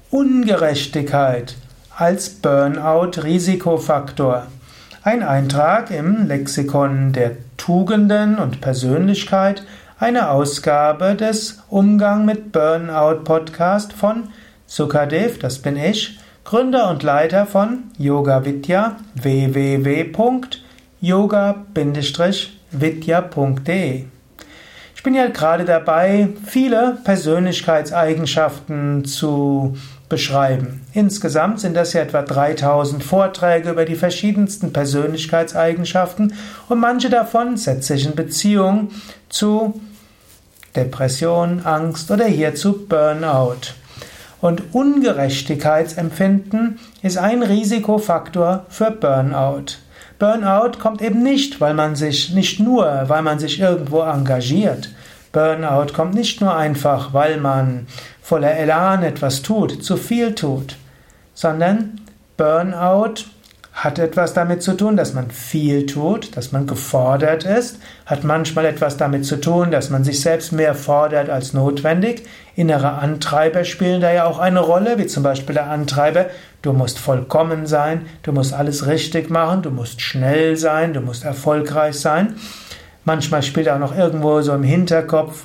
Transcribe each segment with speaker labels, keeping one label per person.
Speaker 1: Ungerechtigkeit als Burnout-Risikofaktor. Ein Eintrag im Lexikon der Tugenden und Persönlichkeit, eine Ausgabe des Umgang mit Burnout Podcast von Sukadev, das bin ich, Gründer und Leiter von Yoga Vidya, www.yoga-vidya.de. Ich bin ja gerade dabei, viele Persönlichkeitseigenschaften zu beschreiben. Insgesamt sind das ja etwa 3000 Vorträge über die verschiedensten Persönlichkeitseigenschaften und manche davon setze ich in Beziehung zu Depression, Angst oder hier zu Burnout. Und Ungerechtigkeitsempfinden ist ein Risikofaktor für Burnout. Burnout kommt eben nicht nur, weil man sich irgendwo engagiert. Burnout kommt nicht nur einfach, weil man voller Elan etwas tut, zu viel tut, sondern Burnout hat etwas damit zu tun, dass man viel tut, dass man gefordert ist, hat manchmal etwas damit zu tun, dass man sich selbst mehr fordert als notwendig. Innere Antreiber spielen da ja auch eine Rolle, wie zum Beispiel der Antreiber, du musst vollkommen sein, du musst alles richtig machen, du musst schnell sein, du musst erfolgreich sein. Manchmal spielt auch noch irgendwo so im Hinterkopf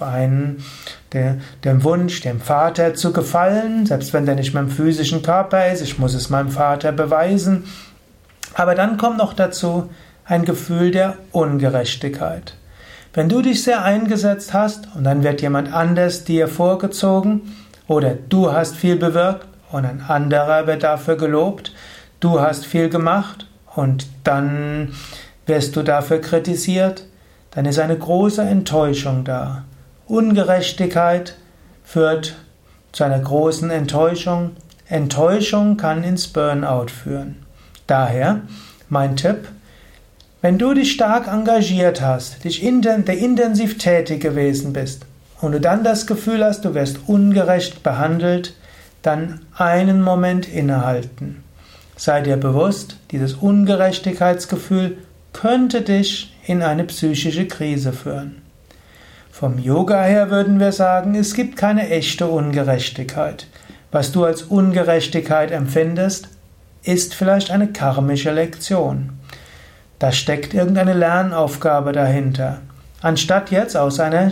Speaker 1: der Wunsch, dem Vater zu gefallen, selbst wenn der nicht mehr im physischen Körper ist, ich muss es meinem Vater beweisen. Aber dann kommt noch dazu ein Gefühl der Ungerechtigkeit. Wenn du dich sehr eingesetzt hast und dann wird jemand anders dir vorgezogen oder du hast viel bewirkt und ein anderer wird dafür gelobt, du hast viel gemacht und dann wirst du dafür kritisiert, dann ist eine große Enttäuschung da. Ungerechtigkeit führt zu einer großen Enttäuschung. Enttäuschung kann ins Burnout führen. Daher mein Tipp, wenn du dich stark engagiert hast, intensiv tätig gewesen bist und du dann das Gefühl hast, du wirst ungerecht behandelt, dann einen Moment innehalten. Sei dir bewusst, dieses Ungerechtigkeitsgefühl könnte dich in eine psychische Krise führen. Vom Yoga her würden wir sagen, es gibt keine echte Ungerechtigkeit. Was du als Ungerechtigkeit empfindest, ist vielleicht eine karmische Lektion. Da steckt irgendeine Lernaufgabe dahinter. Anstatt jetzt aus einer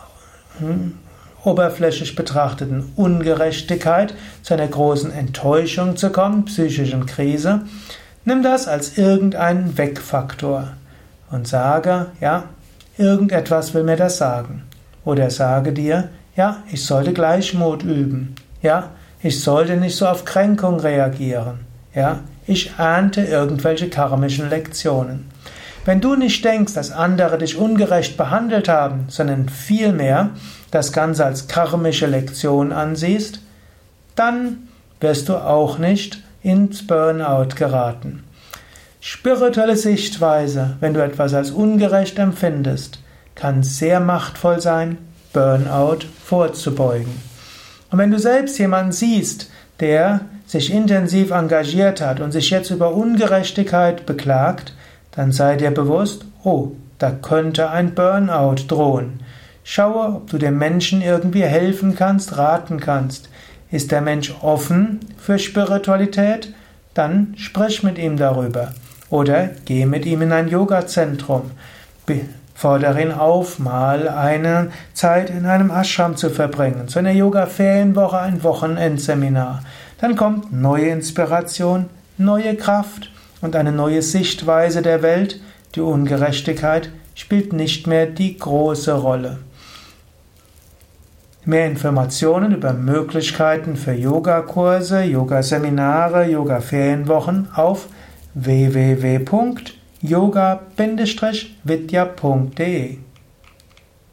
Speaker 1: oberflächlich betrachteten Ungerechtigkeit zu einer großen Enttäuschung zu kommen, psychischen Krise, nimm das als irgendeinen Wegfaktor und sage, ja, irgendetwas will mir das sagen. Oder sage dir, ja, ich sollte Gleichmut üben. Ja, ich sollte nicht so auf Kränkung reagieren. Ja, ich ernte irgendwelche karmischen Lektionen. Wenn du nicht denkst, dass andere dich ungerecht behandelt haben, sondern vielmehr das Ganze als karmische Lektion ansiehst, dann wirst du auch nicht ins Burnout geraten. Spirituelle Sichtweise, wenn du etwas als ungerecht empfindest, kann sehr machtvoll sein, Burnout vorzubeugen. Und wenn du selbst jemanden siehst, der sich intensiv engagiert hat und sich jetzt über Ungerechtigkeit beklagt, dann sei dir bewusst, oh, da könnte ein Burnout drohen. Schaue, ob du dem Menschen irgendwie helfen kannst, raten kannst. Ist der Mensch offen für Spiritualität? Dann sprich mit ihm darüber. Oder geh mit ihm in ein Yoga-Zentrum. Fordere ihn auf, mal eine Zeit in einem Ashram zu verbringen, zu einer Yoga-Ferienwoche, ein Wochenendseminar. Dann kommt neue Inspiration, neue Kraft und eine neue Sichtweise der Welt. Die Ungerechtigkeit spielt nicht mehr die große Rolle. Mehr Informationen über Möglichkeiten für Yogakurse, Yogaseminare, Yoga-Ferienwochen auf www.yoga-vidya.de